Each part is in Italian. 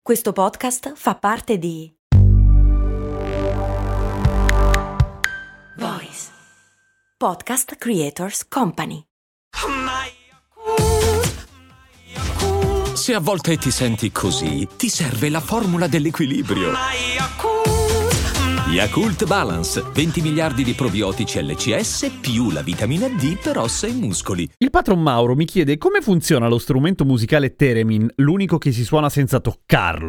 Questo podcast fa parte di Voice Podcast Creators Company. Se a volte ti senti così, ti serve la formula dell'equilibrio. Yakult Balance, 20 miliardi di probiotici LCS più la vitamina D per ossa e muscoli. Il patron Mauro mi chiede come funziona lo strumento musicale Theremin, l'unico che si suona senza toccarlo.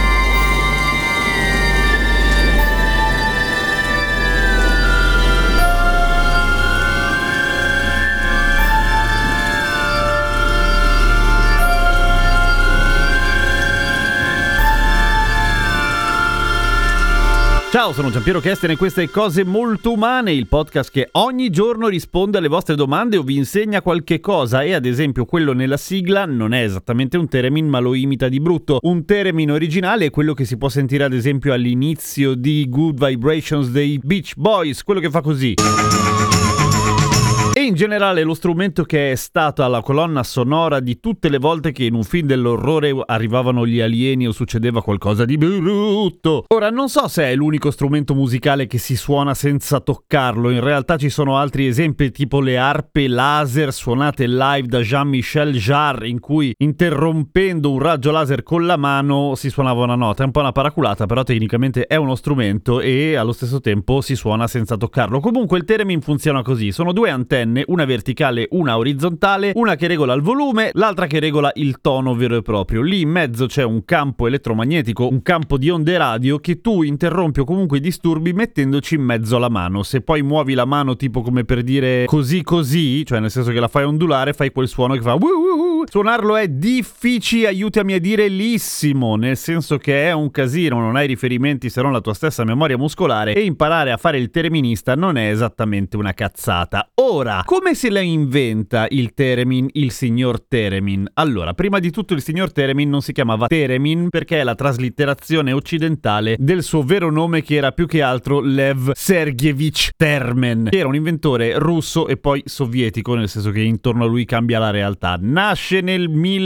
Ciao, sono Giampiero Kesten e queste Cose Molto Umane, il podcast che ogni giorno risponde alle vostre domande o vi insegna qualche cosa e ad esempio quello nella sigla non è esattamente un Theremin ma lo imita di brutto. Un Theremin originale è quello che si può sentire ad esempio all'inizio di Good Vibrations dei Beach Boys, quello che fa così. E in generale lo strumento che è stato alla colonna sonora di tutte le volte che in un film dell'orrore arrivavano gli alieni o succedeva qualcosa di brutto. Ora non so se è l'unico strumento musicale che si suona senza toccarlo, in realtà ci sono altri esempi tipo le arpe laser suonate live da Jean-Michel Jarre in cui interrompendo un raggio laser con la mano si suonava una nota. È un po' una paraculata, però tecnicamente è uno strumento e allo stesso tempo si suona senza toccarlo. Comunque il Theremin funziona così, sono due antenne, una verticale, una orizzontale, una che regola il volume, l'altra che regola il tono vero e proprio. Lì in mezzo c'è un campo elettromagnetico, un campo di onde radio che tu interrompi o comunque disturbi mettendoci in mezzo la mano. Se poi muovi la mano tipo come per dire così così, cioè nel senso che la fai ondulare, fai quel suono che fa suonarlo è difficile, aiutami a dire lissimo, nel senso che è un casino, non hai riferimenti se non la tua stessa memoria muscolare e imparare a fare il thereminista non è esattamente una cazzata. Ora, come se la inventa il Theremin, il signor Theremin? Allora, prima di tutto il signor Theremin non si chiamava Theremin perché è la traslitterazione occidentale del suo vero nome che era più che altro Lev Sergeyevich Termen, che era un inventore russo e poi sovietico, nel senso che intorno a lui cambia la realtà. Nasce nel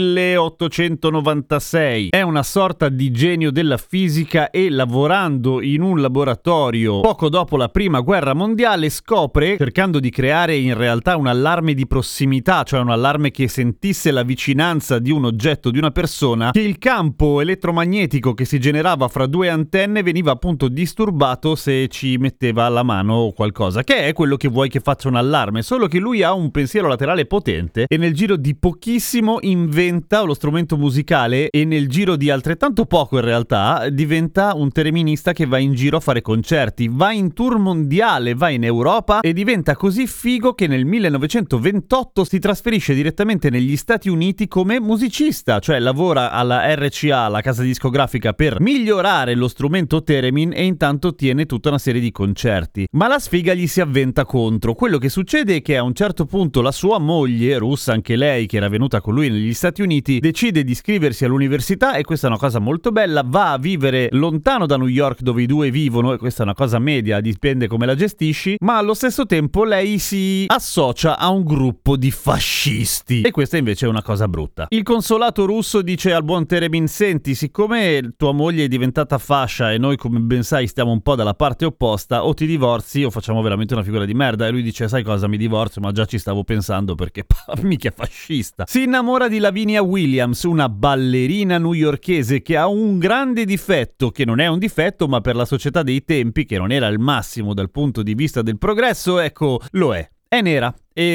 1896, è una sorta di genio della fisica e lavorando in un laboratorio poco dopo la prima guerra mondiale scopre, cercando di creare in realtà un allarme di prossimità, cioè un allarme che sentisse la vicinanza di un oggetto, di una persona, che il campo elettromagnetico che si generava fra due antenne veniva appunto disturbato se ci metteva la mano o qualcosa, che è quello che vuoi che faccia un allarme, solo che lui ha un pensiero laterale potente e nel giro di pochissimo inventa lo strumento musicale e nel giro di altrettanto poco in realtà diventa un thereminista che va in giro a fare concerti, va in tour mondiale, va in Europa e diventa così figo che nel 1928 si trasferisce direttamente negli Stati Uniti come musicista, cioè lavora alla RCA, la casa discografica, per migliorare lo strumento Theremin e intanto tiene tutta una serie di concerti. Ma la sfiga gli si avventa contro. Quello che succede è che a un certo punto la sua moglie, russa anche lei, che era venuta con lui negli Stati Uniti, decide di iscriversi all'università e questa è una cosa molto bella, va a vivere lontano da New York dove i due vivono e questa è una cosa media, dipende come la gestisci, ma allo stesso tempo lei si associa a un gruppo di fascisti e questa invece è una cosa brutta. Il consolato russo dice al buon Theremin: senti, siccome tua moglie è diventata fascia e noi come ben sai stiamo un po' dalla parte opposta, o ti divorzi o facciamo veramente una figura di merda. E lui dice: sai cosa, mi divorzio, ma già ci stavo pensando perché mica fascista. Si innamora di Lavinia Williams, una ballerina newyorkese che ha un grande difetto, che non è un difetto ma per la società dei tempi, che non era il massimo dal punto di vista del progresso, ecco, lo è nera.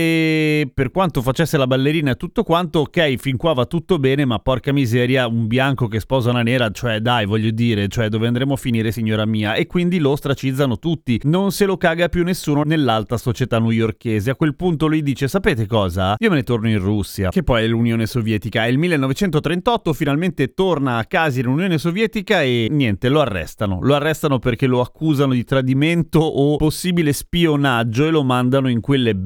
E per quanto facesse la ballerina e tutto quanto, ok, fin qua va tutto bene, ma porca miseria, un bianco che sposa una nera, cioè dai, voglio dire, cioè dove andremo a finire, signora mia? E quindi lo ostracizzano tutti, non se lo caga più nessuno nell'alta società newyorkese. A quel punto lui dice: sapete cosa? Io me ne torno in Russia, che poi è l'Unione Sovietica. È il 1938, finalmente torna a casa in Unione Sovietica e niente, lo arrestano perché lo accusano di tradimento o possibile spionaggio e lo mandano in quelle belle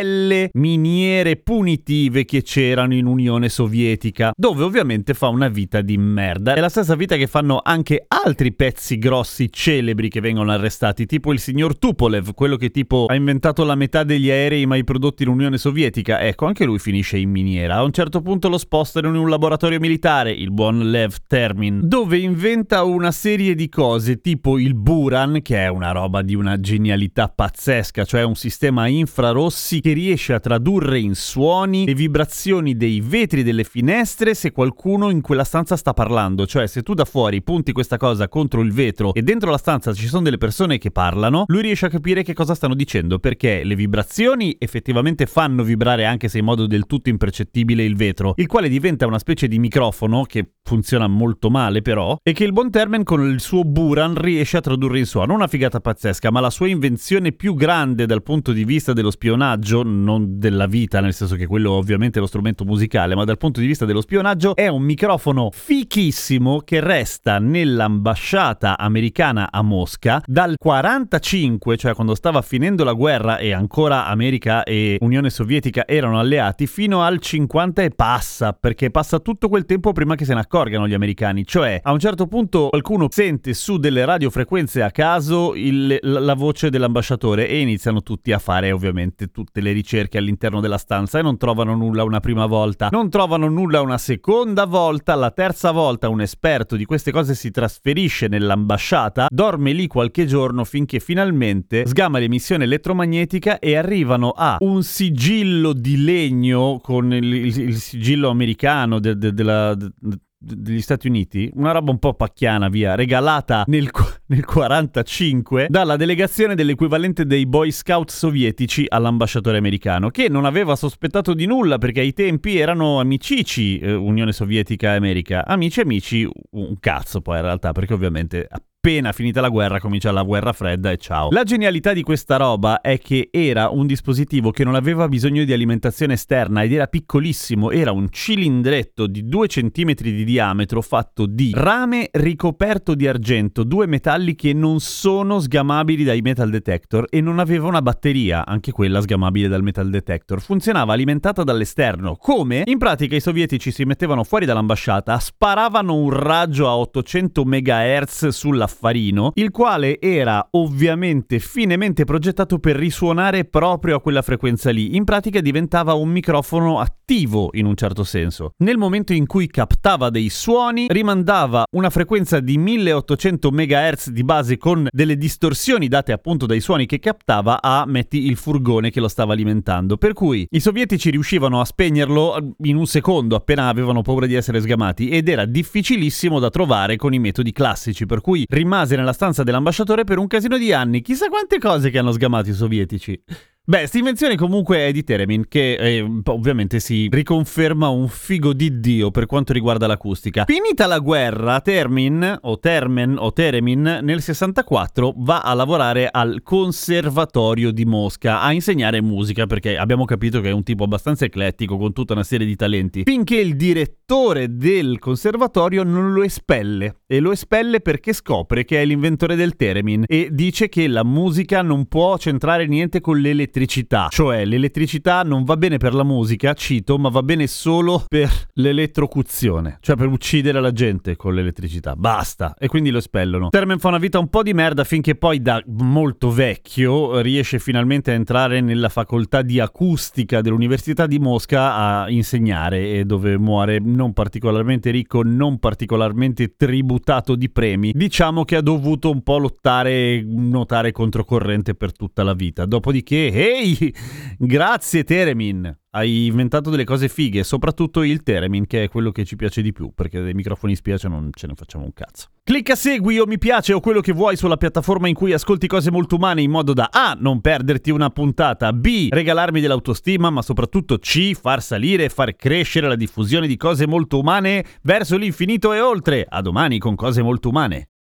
delle miniere punitive che c'erano in Unione Sovietica, dove ovviamente fa una vita di merda. È la stessa vita che fanno anche altri pezzi grossi celebri che vengono arrestati, tipo il signor Tupolev, quello che tipo ha inventato la metà degli aerei mai prodotti in Unione Sovietica. Ecco, anche lui finisce in miniera. A un certo punto lo spostano in un laboratorio militare, il buon Lev Termin, dove inventa una serie di cose tipo il Buran, che è una roba di una genialità pazzesca, cioè un sistema a infrarossi che riesce a tradurre in suoni le vibrazioni dei vetri delle finestre se qualcuno in quella stanza sta parlando. Cioè, se tu da fuori punti questa cosa contro il vetro e dentro la stanza ci sono delle persone che parlano, lui riesce a capire che cosa stanno dicendo, perché le vibrazioni effettivamente fanno vibrare, anche se in modo del tutto impercettibile, il vetro, il quale diventa una specie di microfono che funziona molto male però, e che il buon Termen con il suo Buran riesce a tradurre in suono. Una figata pazzesca, ma la sua invenzione più grande dal punto di vista dello spionaggio, non della vita, nel senso che quello ovviamente è lo strumento musicale, ma dal punto di vista dello spionaggio è un microfono fichissimo che resta nell'ambasciata americana a Mosca dal 45, cioè quando stava finendo la guerra e ancora America e Unione Sovietica erano alleati, fino al 50 e passa, perché passa tutto quel tempo prima che se ne accorgano gli americani. Cioè, a un certo punto qualcuno sente su delle radiofrequenze a caso la voce dell'ambasciatore e iniziano tutti a fare ovviamente tutte le ricerche all'interno della stanza e non trovano nulla una prima volta, non trovano nulla una seconda volta, la terza volta un esperto di queste cose si trasferisce nell'ambasciata, dorme lì qualche giorno finché finalmente sgama l'emissione elettromagnetica e arrivano a un sigillo di legno con il sigillo americano degli Stati Uniti, una roba un po' pacchiana via, regalata nel 45 dalla delegazione dell'equivalente dei Boy Scout sovietici all'ambasciatore americano, che non aveva sospettato di nulla perché ai tempi erano amicici, Unione Sovietica e America, amici un cazzo poi in realtà, perché ovviamente appena finita la guerra comincia la guerra fredda e ciao. La genialità di questa roba è che era un dispositivo che non aveva bisogno di alimentazione esterna ed era piccolissimo, era un cilindretto di 2 centimetri di diametro fatto di rame ricoperto di argento, 2 metalli che non sono sgamabili dai metal detector e non aveva una batteria, anche quella sgamabile dal metal detector. Funzionava alimentata dall'esterno. Come? In pratica i sovietici si mettevano fuori dall'ambasciata, sparavano un raggio a 800 MHz sull'affarino, il quale era ovviamente finemente progettato per risuonare proprio a quella frequenza lì. In pratica diventava un microfono attivo in un certo senso. Nel momento in cui captava dei suoni, rimandava una frequenza di 1800 MHz di base con delle distorsioni date appunto dai suoni che captava a, metti, il furgone che lo stava alimentando. Per cui i sovietici riuscivano a spegnerlo in un secondo appena avevano paura di essere sgamati ed era difficilissimo da trovare con i metodi classici, per cui rimase nella stanza dell'ambasciatore per un casino di anni. Chissà quante cose che hanno sgamato i sovietici. Beh, sta invenzione comunque è di Theremin, che ovviamente si riconferma un figo di Dio per quanto riguarda l'acustica. Finita la guerra, Theremin nel 64 va a lavorare al Conservatorio di Mosca a insegnare musica, perché abbiamo capito che è un tipo abbastanza eclettico con tutta una serie di talenti, finché il direttore del conservatorio non lo espelle, e lo espelle perché scopre che è l'inventore del Theremin e dice che la musica non può centrare niente con l'elettricità. Cioè l'elettricità non va bene per la musica, cito, ma va bene solo per l'elettrocuzione, cioè per uccidere la gente con l'elettricità, basta, e quindi lo espellono. Theremin fa una vita un po' di merda finché poi da molto vecchio riesce finalmente a entrare nella facoltà di acustica dell'Università di Mosca a insegnare, e dove muore non particolarmente ricco, non particolarmente tributato di premi. Diciamo che ha dovuto un po' nuotare controcorrente per tutta la vita, dopodiché ehi, grazie Theremin, hai inventato delle cose fighe, soprattutto il Theremin, che è quello che ci piace di più, perché dei microfoni spia non ce ne facciamo un cazzo. Clicca segui o mi piace o quello che vuoi sulla piattaforma in cui ascolti Cose Molto Umane, in modo da A. non perderti una puntata, B. regalarmi dell'autostima, ma soprattutto C. far salire e far crescere la diffusione di Cose Molto Umane verso l'infinito e oltre. A domani con Cose Molto Umane.